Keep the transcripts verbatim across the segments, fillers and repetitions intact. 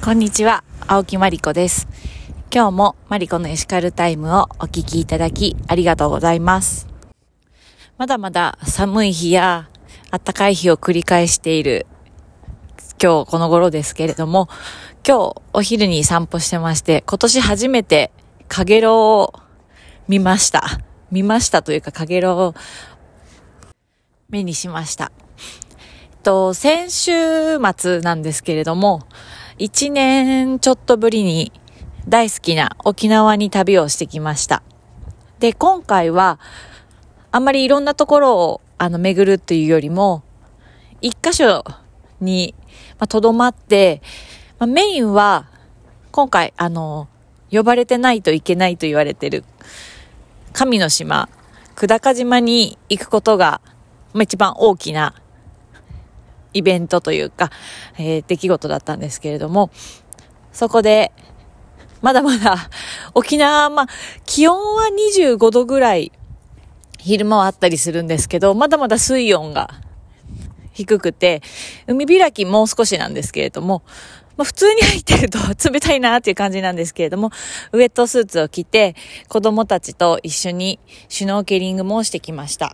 こんにちは、青木まりこです。今日もまりこのエシカルタイムをお聞きいただきありがとうございます。まだまだ寒い日や暖かい日を繰り返している今日この頃ですけれども、今日お昼に散歩してまして、今年初めてカゲロウを見ました。見ましたというかカゲロウを目にしました。えっと、先週末なんですけれども、一年ちょっとぶりに大好きな沖縄に旅をしてきました。で、今回はあんまりいろんなところをあの巡るっていうよりも、一箇所にとどまって、まあ、メインは今回あの呼ばれてないといけないと言われている神の島久高島に行くことが、まあ、一番大きなイベントというか、えー、出来事だったんですけれども、そこでまだまだ沖縄、まあ、気温はにじゅうごどぐらい昼間はあったりするんですけど、まだまだ水温が低くて、海開きもう少しなんですけれども、まあ、普通に入ってると冷たいなっていう感じなんですけれども、ウェットスーツを着て子供たちと一緒にシュノーケリングもしてきました。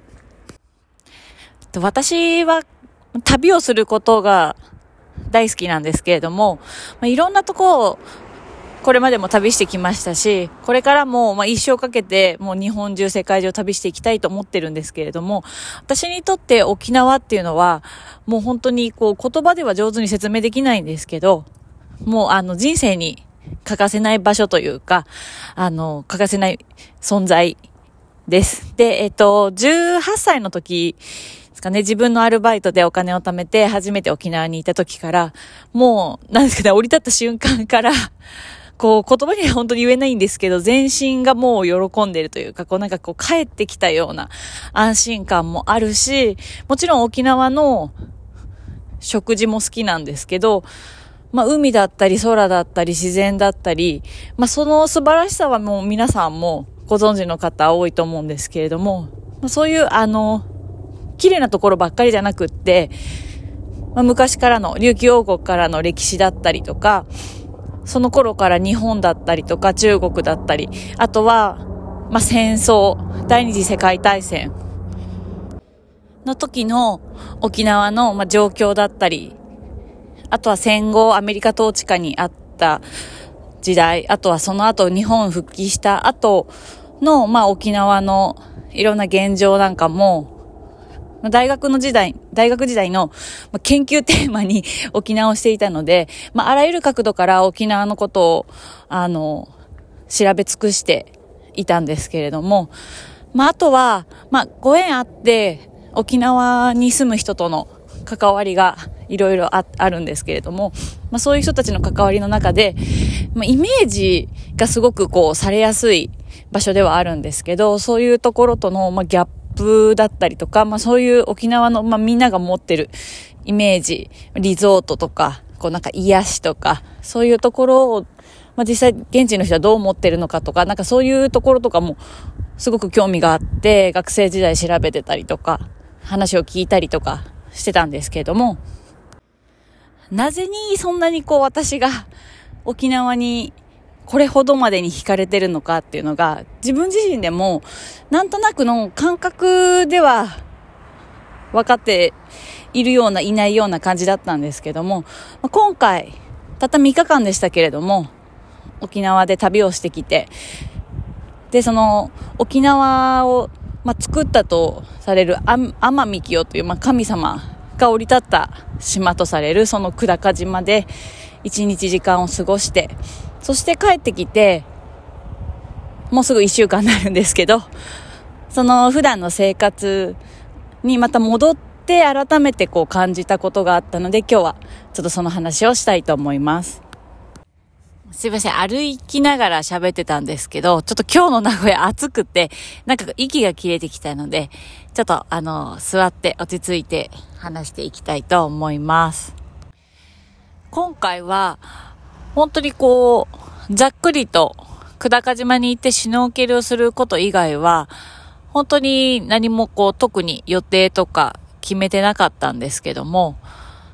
私は旅をすることが大好きなんですけれども、まあ、いろんなところをこれまでも旅してきましたし、これからもまあ一生かけてもう日本中世界中旅していきたいと思ってるんですけれども、私にとって沖縄っていうのはもう本当にこう言葉では上手に説明できないんですけど、もうあの人生に欠かせない場所というか、あの欠かせない存在です。で、えっとじゅうはっさいの時ですかね、自分のアルバイトでお金を貯めて初めて沖縄にいた時から、もうなんですかね、降り立った瞬間からこう言葉には本当に言えないんですけど、全身がもう喜んでいるというか、こうなんかこう帰ってきたような安心感もあるし、もちろん沖縄の食事も好きなんですけど、まあ海だったり空だったり自然だったり、まあその素晴らしさはもう皆さんもご存知の方多いと思うんですけれども、まあ、そういうあの綺麗なところばっかりじゃなくって、まあ、昔からの琉球王国からの歴史だったりとか、その頃から日本だったりとか中国だったり、あとは、まあ、戦争、第二次世界大戦の時の沖縄の、まあ、状況だったり、あとは戦後アメリカ統治下にあった時代、あとはその後日本復帰した後の、まあ、沖縄のいろんな現状なんかも、大学の時代、大学時代の研究テーマに沖縄をしていたので、まあ、あらゆる角度から沖縄のことを、あの、調べ尽くしていたんですけれども、まあ、あとは、まあ、ご縁あって、沖縄に住む人との関わりがいろいろあるんですけれども、まあ、そういう人たちの関わりの中で、まあ、イメージがすごくこう、されやすい場所ではあるんですけど、そういうところとの、まあ、ギャップ、だったりとか、まあそういう沖縄の、まあみんなが持ってるイメージ、リゾートとか、こうなんか癒しとか、そういうところを、まあ実際現地の人はどう思ってるのかとか、なんかそういうところとかもすごく興味があって、学生時代調べてたりとか、話を聞いたりとかしてたんですけれども、なぜにそんなにこう私が沖縄にこれほどまでに惹かれてるのかっていうのが、自分自身でもなんとなくの感覚では分かっているようないないような感じだったんですけども、今回たったみっかかんでしたけれども沖縄で旅をしてきて、でその沖縄を、まあ、作ったとされる天海清という、まあ、神様が降り立った島とされるその久高島で一日時間を過ごして、そして帰ってきてもうすぐいっしゅうかんになるんですけど、その普段の生活にまた戻って改めてこう感じたことがあったので、今日はちょっとその話をしたいと思います。すいません、歩きながら喋ってたんですけど、ちょっと今日の名古屋暑くてなんか息が切れてきたので、ちょっとあの座って落ち着いて話していきたいと思います。今回は本当にこうざっくりと久高島に行ってシュノーケルをすること以外は本当に何もこう特に予定とか決めてなかったんですけども、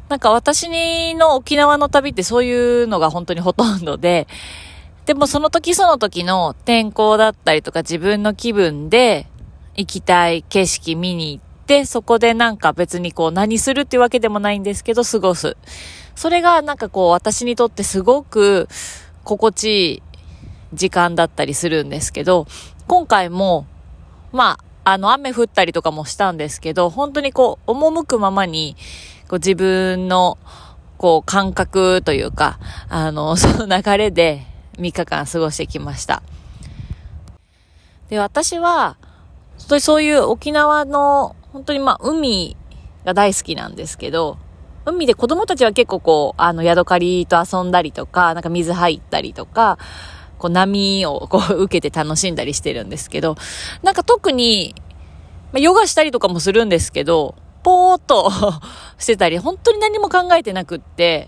なんか私の沖縄の旅ってそういうのが本当にほとんどで、でもその時その時の天候だったりとか自分の気分で行きたい景色見に行って、そこでなんか別にこう何するっていうわけでもないんですけど過ごす。それがなんかこう私にとってすごく心地いい時間だったりするんですけど、今回もまああの雨降ったりとかもしたんですけど、本当にこう赴くままにこう自分のこう感覚というか、あのその流れでみっかかん過ごしてきました。で、私は本当にそういう沖縄の本当にまあ海が大好きなんですけど、海で子供たちは結構こうあのヤドカリと遊んだりとか、なんか水入ったりとか、こう波をこう受けて楽しんだりしてるんですけど、なんか特にまあ、ヨガしたりとかもするんですけど、ぽーっとしてたり、本当に何も考えてなくって、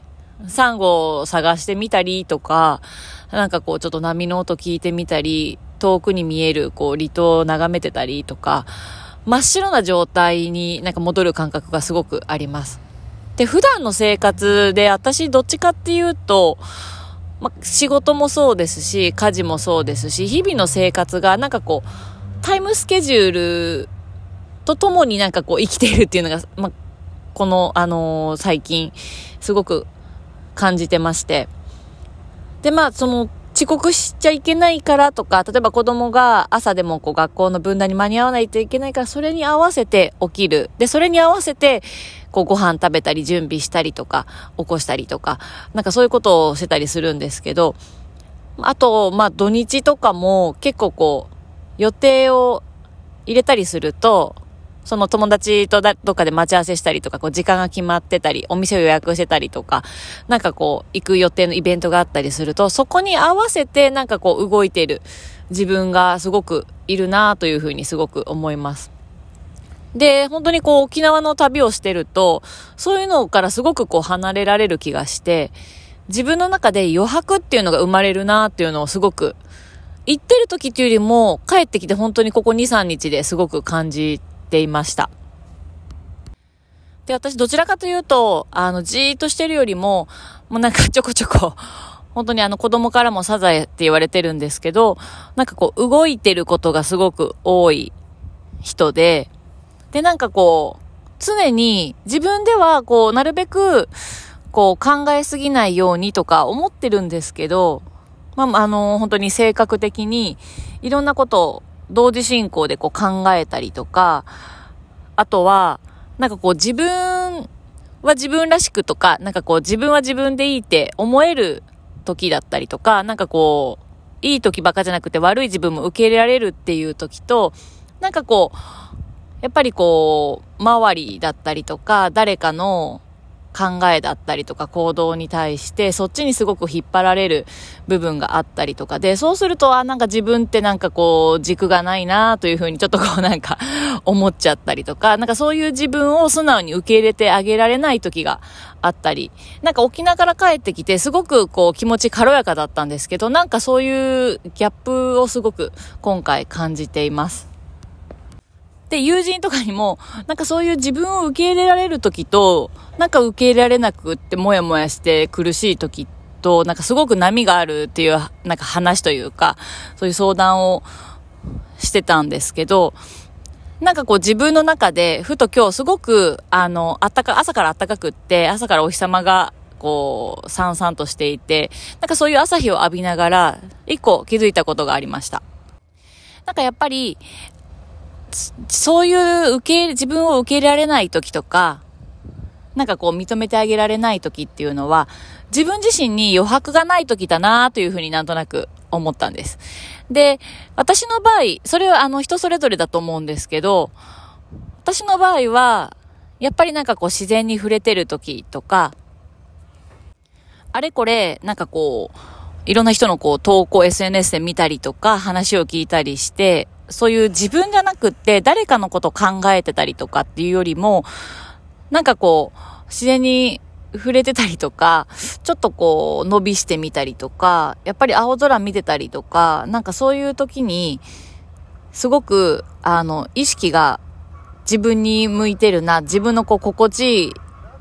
サンゴを探してみたりとか、なんかこうちょっと波の音聞いてみたり、遠くに見えるこう離島を眺めてたりとか、真っ白な状態になんか戻る感覚がすごくあります。で、普段の生活で私どっちかっていうと、ま、仕事もそうですし、家事もそうですし、日々の生活がなんかこう、タイムスケジュールとともになんかこう生きているっていうのが、ま、この、あのー、最近すごく感じてまして。で、まあ、その遅刻しちゃいけないからとか、例えば子供が朝でもこう学校の分断に間に合わないといけないから、それに合わせて起きる。で、それに合わせて、こうご飯食べたり準備したりとか、起こしたりとか、なんかそういうことをしてたりするんですけど、あと、まあ土日とかも結構こう、予定を入れたりすると、その友達とだどっかで待ち合わせしたりとか、こう時間が決まってたり、お店を予約してたりとか、なんかこう行く予定のイベントがあったりすると、そこに合わせてなんかこう動いている自分がすごくいるなというふうにすごく思います。で、本当にこう沖縄の旅をしてると、そういうのからすごくこう離れられる気がして、自分の中で余白っていうのが生まれるなっていうのをすごく、行ってる時っていうよりも帰ってきて本当にここに、さんにちですごく感じていました。で、私どちらかというと、あの、じーっとしてるよりも、もうなんかちょこちょこ、本当にあの子供からもサザエって言われてるんですけど、なんかこう動いてることがすごく多い人で、で、なんかこう、常に自分ではこう、なるべく、こう考えすぎないようにとか思ってるんですけど、まあ、あの、本当に性格的にいろんなことを同時進行でこう考えたりとか、あとは、なんかこう自分は自分らしくとか、なんかこう自分は自分でいいって思える時だったりとか、なんかこう、いい時ばっかじゃなくて悪い自分も受け入れられるっていう時と、なんかこう、やっぱりこう、周りだったりとか、誰かの考えだったりとか行動に対してそっちにすごく引っ張られる部分があったりとかで、そうするとあなんか自分ってなんかこう軸がないなというふうにちょっとこうなんか思っちゃったりとか、なんかそういう自分を素直に受け入れてあげられない時があったり、なんか沖縄から帰ってきてすごくこう気持ち軽やかだったんですけど、なんかそういうギャップをすごく今回感じています。で、友人とかにも、なんかそういう自分を受け入れられる時と、なんか受け入れられなくってもやもやして苦しい時と、なんかすごく波があるっていう、なんか話というか、そういう相談をしてたんですけど、なんかこう自分の中で、ふと今日すごく、あの、あったか、朝から暖かくって、朝からお日様が、こう、さんさんとしていて、なんかそういう朝日を浴びながら、一個気づいたことがありました。なんかやっぱり、そういう受け入れ、自分を受け入れられない時とか、なんかこう認めてあげられない時っていうのは、自分自身に余白がない時だなというふうになんとなく思ったんです。で、私の場合、それはあの人それぞれだと思うんですけど、私の場合は、やっぱりなんかこう自然に触れてる時とか、あれこれ、なんかこう、いろんな人のこう投稿 エスエヌエス で見たりとか、話を聞いたりして、そういう自分じゃなくって誰かのことを考えてたりとかっていうよりも、なんかこう自然に触れてたりとか、ちょっとこう伸びしてみたりとか、やっぱり青空見てたりとか、なんかそういう時にすごくあの意識が自分に向いてるな、自分のこう心地いい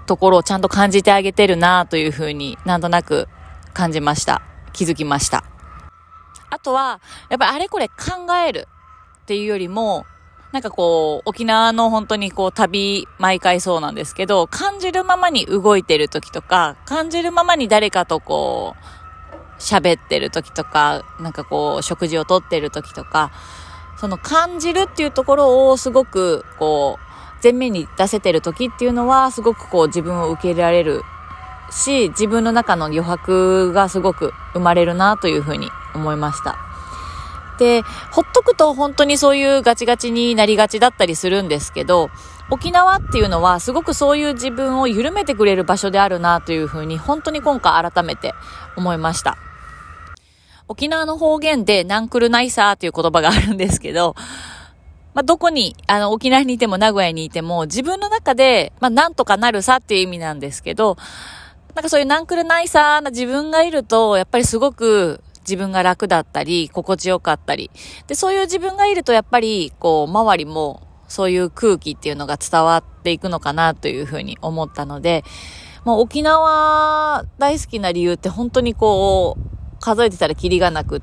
ところをちゃんと感じてあげてるなというふうになんとなく感じました。気づきました。あとは、やっぱりあれこれ考えるっていうよりも、なんかこう、沖縄の本当にこう旅、毎回そうなんですけど、感じるままに動いてる時とか、感じるままに誰かとこう、喋ってる時とか、なんかこう、食事をとってる時とか、その感じるっていうところをすごくこう、前面に出せてる時っていうのは、すごくこう自分を受け入れられるし、自分の中の余白がすごく生まれるなというふうに思いました。で、ほっとくと本当にそういうガチガチになりがちだったりするんですけど、沖縄っていうのはすごくそういう自分を緩めてくれる場所であるなというふうに本当に今回改めて思いました。沖縄の方言でなんくるないさーという言葉があるんですけど、まあ、どこに、あの、沖縄にいても名古屋にいても自分の中で、まあ、なんとかなるさっていう意味なんですけど、なんかそういうなんくるないさーな自分がいると、やっぱりすごく自分が楽だったり、心地よかったり。で、そういう自分がいると、やっぱり、こう、周りも、そういう空気っていうのが伝わっていくのかなというふうに思ったので、もう沖縄大好きな理由って本当にこう、数えてたらキリがなくって、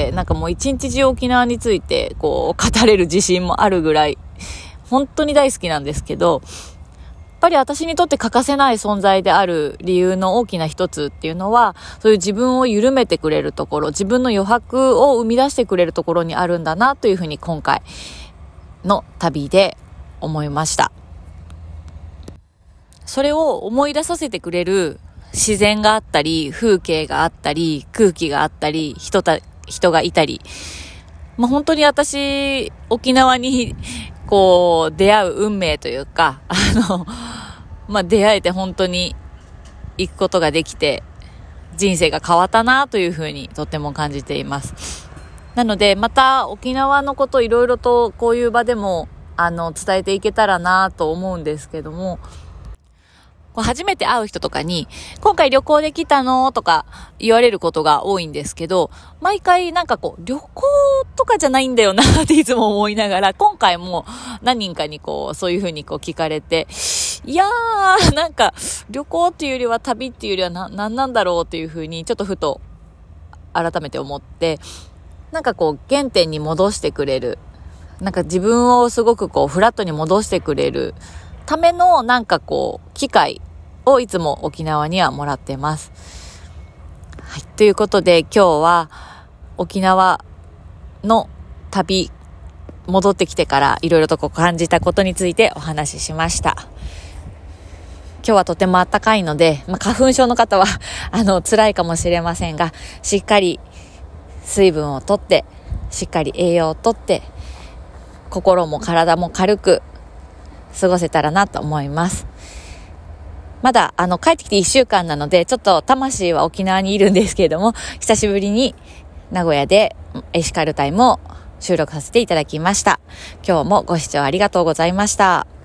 なんかもう一日中沖縄について、こう、語れる自信もあるぐらい、本当に大好きなんですけど、やっぱり私にとって欠かせない存在である理由の大きな一つっていうのは、そういう自分を緩めてくれるところ、自分の余白を生み出してくれるところにあるんだなというふうに今回の旅で思いました。それを思い出させてくれる自然があったり、風景があったり、空気があったり、人た、人がいたり、まあ、本当に私、沖縄にこう出会う運命というか、あの、まあ、出会えて本当に行くことができて、人生が変わったなというふうにとっても感じています。なので、また沖縄のこといろいろとこういう場でも、あの、伝えていけたらなと思うんですけども、初めて会う人とかに、今回旅行で来たのとか言われることが多いんですけど、毎回なんかこう、旅行とかじゃないんだよなっていつも思いながら、今回も何人かにこう、そういうふうにこう聞かれて、いやー、なんか旅行っていうよりは旅っていうよりはな、何なんだろうっていうふうにちょっとふと改めて思って、なんかこう、原点に戻してくれる、なんか自分をすごくこう、フラットに戻してくれるためのなんかこう、機会をいつも沖縄にはもらってます。はい。ということで今日は沖縄の旅、戻ってきてからいろいろとこう感じたことについてお話ししました。今日はとても暖かいので、まあ、花粉症の方はあの辛いかもしれませんが、しっかり水分をとって、しっかり栄養をとって、心も体も軽く過ごせたらなと思います。まだあの帰ってきていっしゅうかんなので、ちょっと魂は沖縄にいるんですけれども、久しぶりに名古屋でエシカルタイムを収録させていただきました。今日もご視聴ありがとうございました。